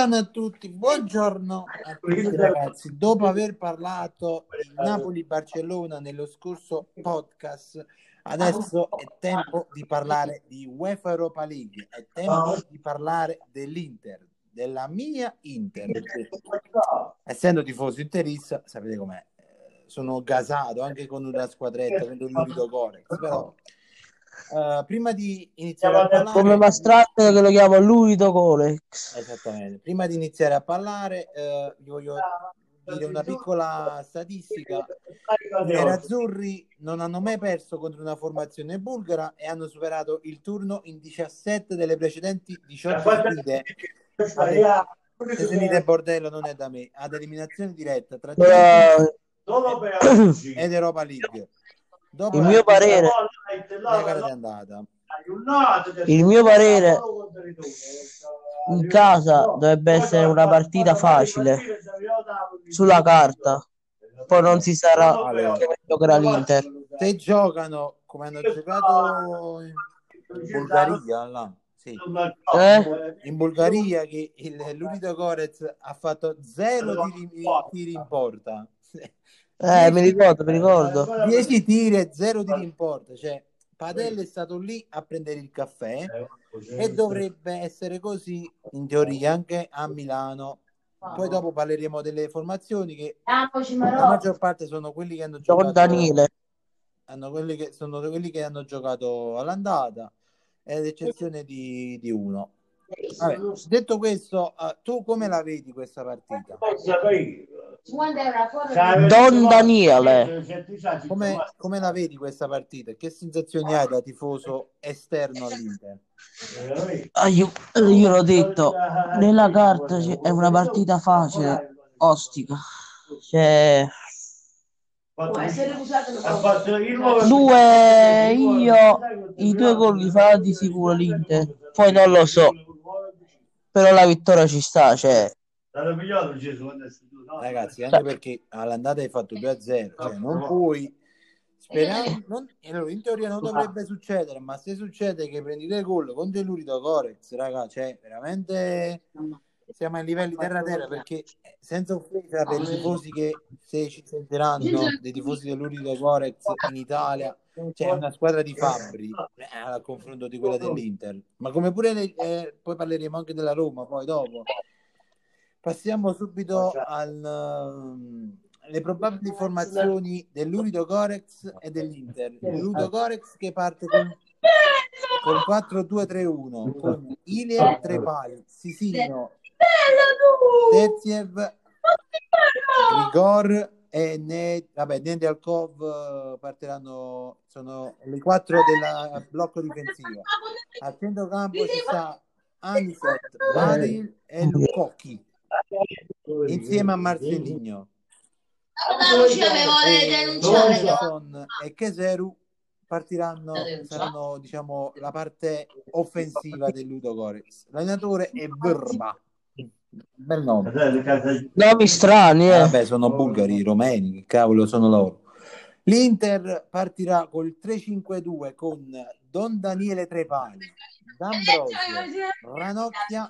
Buongiorno a tutti ragazzi. Dopo aver parlato di Napoli-Barcellona nello scorso podcast, adesso è tempo di parlare di UEFA Europa League, è tempo di parlare dell'Inter, della mia Inter. Essendo tifoso interista, sapete com'è, sono gasato anche con una squadretta, con l'Urido Gorex, però prima di iniziare a parlare, come Mastrate che lo chiama Luido Colex. Esattamente. Prima di iniziare a parlare, vi voglio dire una piccola statistica. I nerazzurri non hanno mai perso contro una formazione bulgara e hanno superato il turno in 17 delle precedenti 18 sfide. Se sentite bordello non è da me. Ad eliminazione diretta tra Champions ed Europa League. Dopo il mio parere la gara di andata. Il mio parere in casa dovrebbe essere una partita facile sulla carta, poi non si sarà che giocherà l'Inter. Se giocano come hanno giocato in Bulgaria, là, sì. In Bulgaria che l'Urido Gorez ha fatto 0 tiri in porta. Mi ricordo. 10 tiri e 0 tiri in porta, cioè Padella è stato lì a prendere il caffè e dovrebbe essere così in teoria anche a Milano. Poi dopo parleremo delle formazioni che la maggior parte sono quelli che hanno giocato Daniele. sono quelli che hanno giocato all'andata, ad eccezione di uno. Vabbè, detto questo, tu come la vedi questa partita? Don Daniele, come la vedi questa partita? Che sensazioni hai da tifoso esterno all'Inter? Io l'ho detto, nella carta è una partita facile, ostica. Cioè, i due gol li fa di sicuro l'Inter, poi non lo so, però la vittoria ci sta, cioè. Ragazzi, anche perché all'andata hai fatto 2-0, cioè non puoi sperare, in teoria non dovrebbe succedere, ma se succede che prendi dei gol contro l'Urido Gorex, ragazzi, cioè veramente siamo ai livelli terra-terra, perché senza offesa per i tifosi che se ci sentiranno, dei tifosi dell'Urido Gorex in Italia, c'è una squadra di fabbri al confronto di quella dell'Inter, ma come pure poi parleremo anche della Roma poi dopo. Passiamo subito alle probabili formazioni dell'Urido Gorex e dell'Inter. L'Urido Gorex che parte col 4-2-3-1 con Ilie, Trepali, Sisino, Terziev, Grigor e Nedeljkov partiranno, sono le 4 del blocco difensivo. Al centrocampo ci sta Aniset, Vadil e Lukoki insieme a Marcelinho. Johnson e Keseru saranno diciamo la parte offensiva del Ludo Gorex. L'allenatore è Vrba, bel nome. Nomi strani, vabbè, sono bulgari, romeni, che cavolo sono loro. L'Inter partirà col 3-5-2 con Don Daniele Trepali, D'Ambrosio, Ranocchia,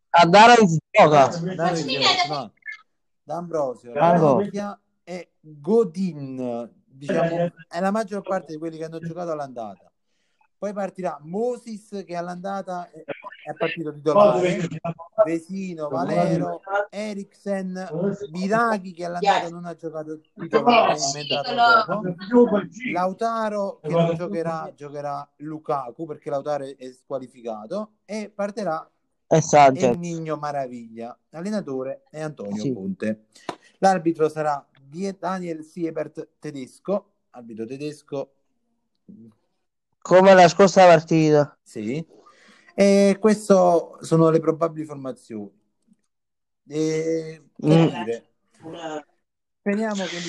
D'Ambrosio, Ranocchia e Godin, diciamo, è la maggior parte di quelli che hanno giocato all'andata. Poi partirà Moses, che all'andata è partito titolare, Vesino, Valero, Eriksen, Biraghi, che all'andata non ha giocato titolare, è entrato dopo. Lautaro, che non giocherà Lukaku, perché Lautaro è squalificato, e partirà El Niño Maraviglia. Allenatore è Antonio Conte. L'arbitro sarà Daniel Siebert tedesco, arbitro tedesco come la scorsa partita. Sì. E queste sono le probabili formazioni. Speriamo che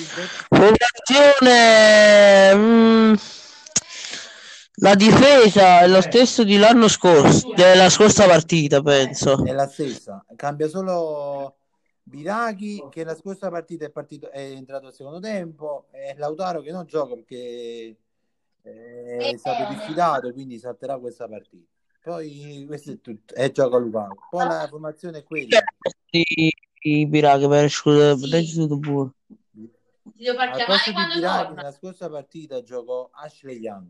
formazione la difesa è lo stesso di l'anno scorso, della scorsa partita, penso. È la stessa, cambia solo Biraghi, che la scorsa partita è entrato al secondo tempo, e Lautaro che non gioca perché è stato diffidato, quindi salterà questa partita. Poi questo è tutto. E gioca Lukaku. Poi la formazione è quella. I pirati per escludere pure. Al posto di Biraghi nella scorsa partita giocò Ashley Young.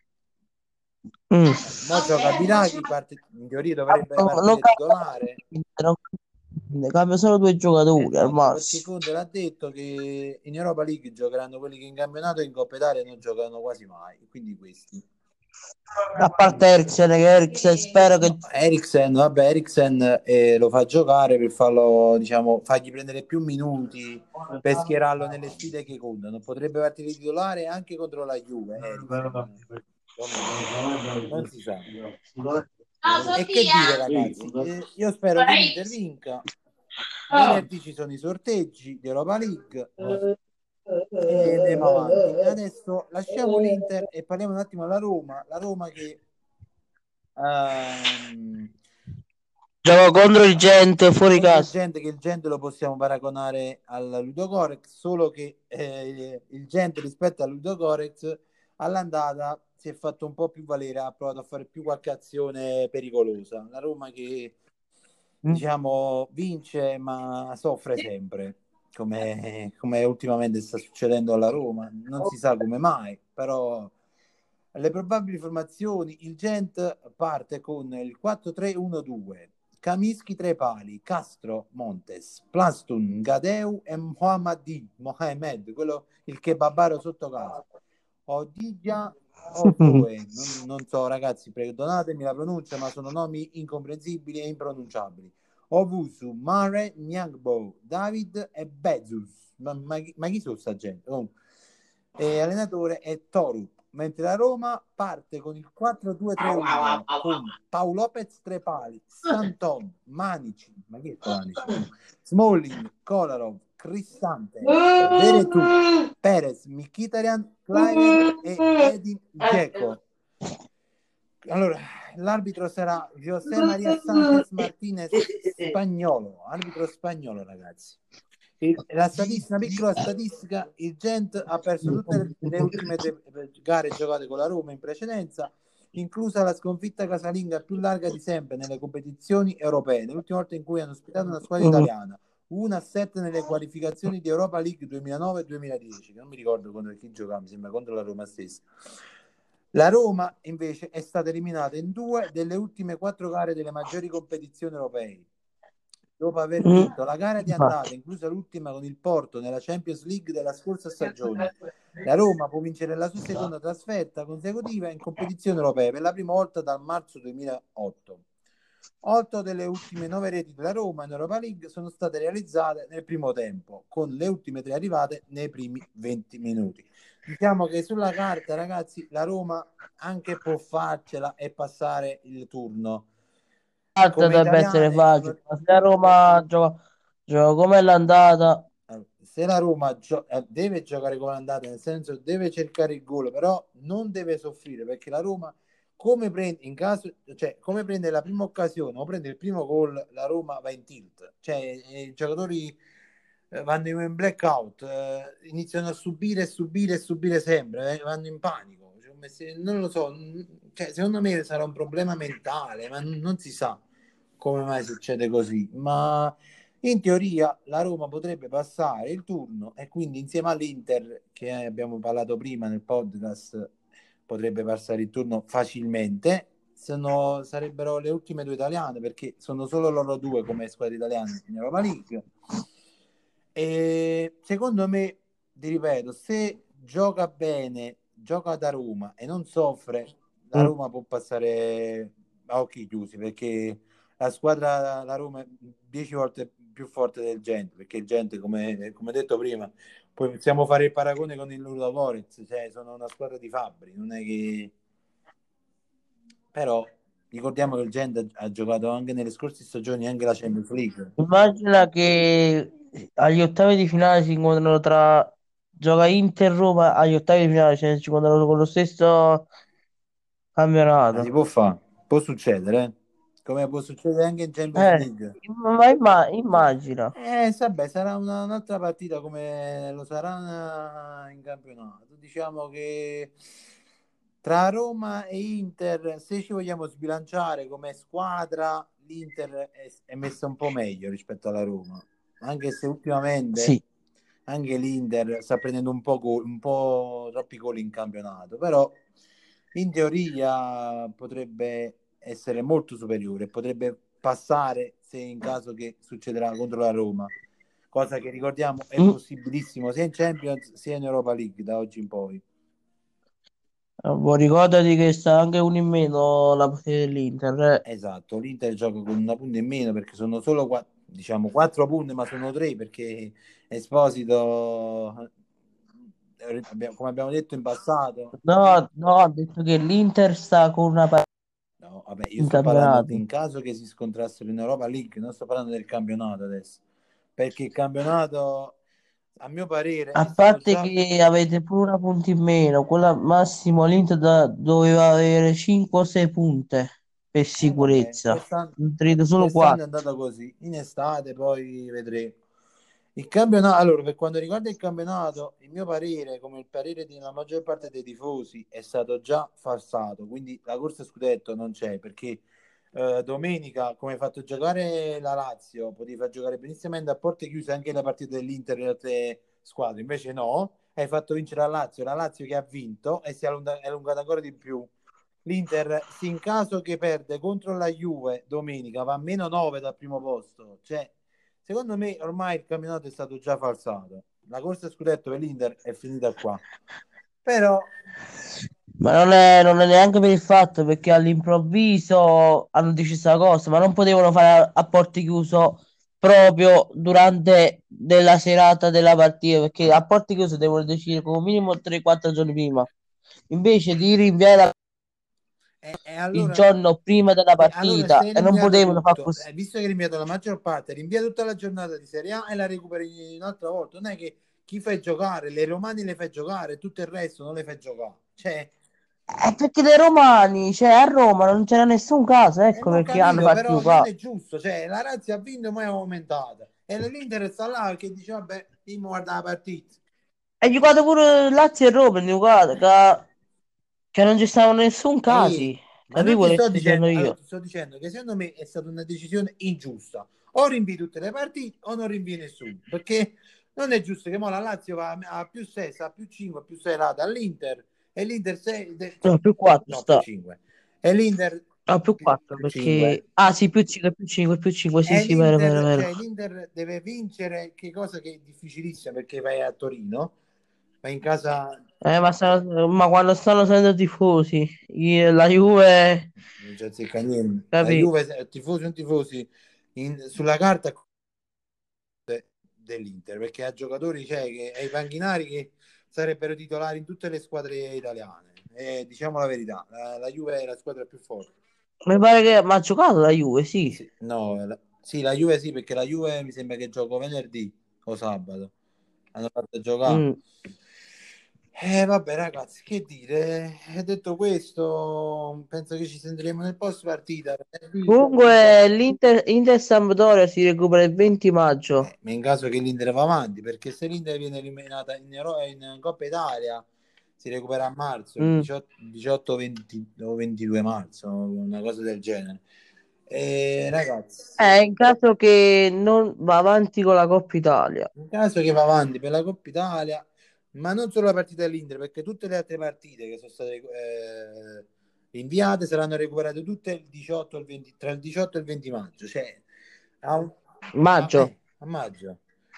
Mo gioca Biraghi, in teoria dovrebbe partire titolare. Ne cambia solo 2 giocatori al Perché massimo. Conte l'ha detto che in Europa League giocheranno quelli che in campionato e in Coppa Italia non giocano quasi mai, quindi questi. A parte Eriksen spero che... No, Eriksen lo fa giocare per farlo, diciamo, fargli prendere più minuti per schierarlo nelle sfide che contano. Potrebbe partire titolare anche contro la Juve, Eriksen. Non si sa. E che dire, ragazzi? Io spero che l'Inter vinca. Venerdì ci sono i sorteggi di Europa League e andiamo avanti. Adesso lasciamo l'Inter e parliamo un attimo della Roma. La Roma che gioca contro il Gent fuori casa. Il Gent lo possiamo paragonare al Ludogorets, solo che il Gent rispetto al Ludogorets all'andata si è fatto un po' più valere, ha provato a fare più qualche azione pericolosa. La Roma che diciamo vince ma soffre sempre, come ultimamente sta succedendo alla Roma. Non si sa come mai, però le probabili formazioni: il Gent parte con il 4-3-1-2, Kamischi tre pali, Castro, Montes, Plastun, Gadeu e Mohamed, quello il kebabaro sotto casa. Odigia Ofue, non so ragazzi, perdonatemi la pronuncia, ma sono nomi incomprensibili e impronunciabili. Ovusu, Mare, Nyangbo, David e Bezus. Ma chi sono sta gente? Oh. E allenatore è Toru, mentre la Roma parte con il 4-2-3-1 con Paolo Lopez tre pali, Santon, Manici, ma chi è Manici? Smalling, Kolarov, Cristante, Veretù, Perez, Mkhitaryan, Kluivert e Edin Dzeko. Allora, l'arbitro sarà José María Sánchez Martínez, spagnolo, arbitro spagnolo, ragazzi. Una piccola statistica: il Gent ha perso tutte le ultime gare giocate con la Roma in precedenza, inclusa la sconfitta casalinga più larga di sempre nelle competizioni europee, l'ultima volta in cui hanno ospitato una squadra italiana, 1-7 nelle qualificazioni di Europa League 2009-2010, non mi ricordo contro chi giocava, mi sembra contro la Roma stessa. La Roma invece è stata eliminata in 2 delle ultime 4 gare delle maggiori competizioni europee. Dopo aver vinto la gara di andata, inclusa l'ultima con il Porto nella Champions League della scorsa stagione, la Roma può vincere la sua seconda trasferta consecutiva in competizione europea per la prima volta dal marzo 2008. 8 delle ultime 9 reti della Roma in Europa League sono state realizzate nel primo tempo, con le ultime 3 arrivate nei primi 20 minuti. Diciamo che sulla carta, ragazzi, la Roma anche può farcela e passare il turno. Dovrebbe essere facile. Se la Roma gioca come l'andata, se la Roma deve giocare come l'andata, nel senso deve cercare il gol, però non deve soffrire, perché la Roma come prende in caso, cioè come prende la prima occasione o prende il primo gol, la Roma va in tilt, cioè i giocatori vanno in blackout, iniziano a subire e subire e subire sempre, vanno in panico, cioè, non lo so, cioè, secondo me sarà un problema mentale, ma non si sa come mai succede così, ma in teoria la Roma potrebbe passare il turno e quindi insieme all'Inter, che abbiamo parlato prima nel podcast, potrebbe passare il turno facilmente. Sarebbero le ultime 2 italiane, perché sono solo loro 2 come squadre italiane in Europa League. E secondo me, ti ripeto, se gioca bene, gioca da Roma e non soffre, la Roma può passare a occhi chiusi, perché la Roma è 10 volte più forte del Gent, perché il Gent, come detto prima, possiamo fare il paragone con il Ludogorets, cioè sono una squadra di fabbri, non è che... Però ricordiamo che il Gent ha giocato anche nelle scorse stagioni anche la Champions League. immagina che agli ottavi di finale si incontrano tra gioca Inter-Roma agli ottavi di finale, cioè si incontrano con lo stesso campionato. Si può fare, può succedere, come può succedere anche in Champions League. Ma immagina. Vabbè, sarà un'altra partita come lo sarà in campionato. Diciamo che Tra Roma e Inter, se ci vogliamo sbilanciare come squadra, l'Inter è messa un po' meglio rispetto alla Roma, anche se ultimamente Sì. anche l'Inter sta prendendo un po' troppi gol in campionato, però in teoria potrebbe essere molto superiore, potrebbe passare se in caso che succederà contro la Roma, cosa che ricordiamo è possibilissimo sia in Champions sia in Europa League da oggi in poi. Ricordati che sta anche uno in meno la partita dell'Inter. Esatto, l'Inter gioca con una punta in meno perché sono solo diciamo 4 punti, ma sono 3 perché Esposito, come abbiamo detto in passato. No, ho detto che l'Inter sta con una partita No, vabbè, io in sto parlando campionato. in caso che si scontrassero in Europa League, non sto parlando del campionato adesso, perché il campionato, a mio parere, è A stato parte già... che avete pure una punta in meno, quella massimo l'Inter doveva avere 5 o 6 punte per Vabbè, sicurezza. Non credo solo quest'anno è 4. andata così, in estate poi vedremo. Il campionato, allora, per quanto riguarda il campionato, il mio parere, come il parere della maggior parte dei tifosi, è stato già falsato, quindi la corsa a scudetto non c'è, perché domenica, come hai fatto giocare la Lazio, potevi far giocare benissimamente a porte chiuse anche la partita dell'Inter e le altre squadre, invece no, hai fatto vincere la Lazio che ha vinto e si è allungata ancora di più. L'Inter, se in caso che perde contro la Juve domenica, va a meno 9 dal primo posto. Cioè, secondo me ormai il campionato è stato già falsato. La corsa a scudetto per l'Inter è finita qua. Però, Ma non è neanche per il fatto perché all'improvviso hanno deciso la cosa, ma non potevano fare a porte chiuse proprio durante della serata della partita, perché a porte chiuse devono decidere come minimo 3-4 giorni prima. Invece di rinviare il allora, giorno prima della allora se partita hai e non rinviato potevano far tutto, così. visto che hai rinviato la maggior parte, rinvia tutta la giornata di Serie A e la recuperi un'altra volta. Non è che chi fai giocare, le romane le fai giocare, tutto il resto non le fai giocare. Cioè, Perché dei romani, cioè a Roma non c'era nessun caso, ecco non ho perché hanno capito, fatto però non giocare. è giusto. Cioè, la Lazio ha vinto, ma è aumentata. E l'Inter sta là che dice, vabbè, io mi guarda la partita. E giocato pure Lazio e Roma, hanno giocato, che non ci stava nessun caso. Ma non Capivo ti quello che sto sto dicendo dicendo, allora io. ti sto dicendo che secondo me è stata una decisione ingiusta. O rinvii tutte le partite o non rinvii nessuno, perché non è giusto che mo la Lazio va a più 6, sta a più 5, più 6 rate all'Inter e l'Inter 6, No, più 4 no, più sta. 5. E l'Inter No, più 4 più 5. perché... Ah sì, più 5, sì, E sì, vero, vero, l'Inter, vero. cioè l'Inter deve vincere, che cosa che è difficilissima perché vai a Torino, vai in casa. Ma quando stanno salendo tifosi, la Juve, Non c'è zecca niente. La capi? Juve, tifosi o tifosi, sulla carta dell'Inter, perché ha giocatori, cioè, ai panchinari che sarebbero titolari in tutte le squadre italiane. Diciamo la verità, la Juve è la squadra più forte. Mi pare che... Ma ha giocato la Juve, sì. Sì, no, sì, la Juve sì, perché la Juve mi sembra che gioco venerdì o sabato. Hanno fatto giocare. Mm. Vabbè, ragazzi, che dire? Detto questo, penso che ci sentiremo nel post partita. Comunque l'Inter Sampdoria si recupera il 20 maggio. Ma in caso che l'Inter va avanti, perché se l'Inter viene eliminata in Coppa Italia, si recupera a marzo, il Mm. 18, 20 o 22 marzo, una cosa del genere. Ragazzi, In caso che non va avanti con la Coppa Italia. in caso che va avanti per la Coppa Italia, ma non solo la partita dell'Inter, perché tutte le altre partite che sono state rinviate saranno recuperate tutte il 18 e il 20, tra il 18 e il 20 maggio, cioè Maggio. a maggio.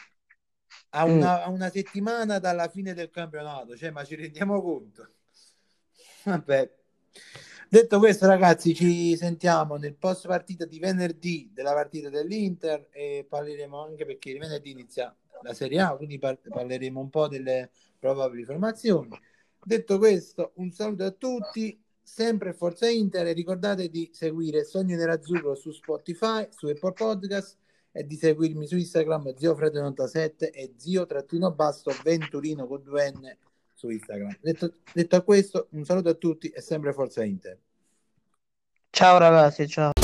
Mm. A una settimana dalla fine del campionato, cioè, ma ci rendiamo conto? Vabbè. Detto questo, ragazzi, ci sentiamo nel post partita di venerdì della partita dell'Inter e parleremo anche perché il venerdì inizia la Serie A, quindi parleremo un po' delle probabili formazioni. Detto questo, un saluto a tutti, sempre Forza Inter e ricordate di seguire Sogno Nerazzurro su Spotify, su Apple Podcast e di seguirmi su Instagram ziofredo97 e zio-venturino con 2N su Instagram. Detto questo, un saluto a tutti e sempre Forza Inter. Ciao ragazzi, ciao.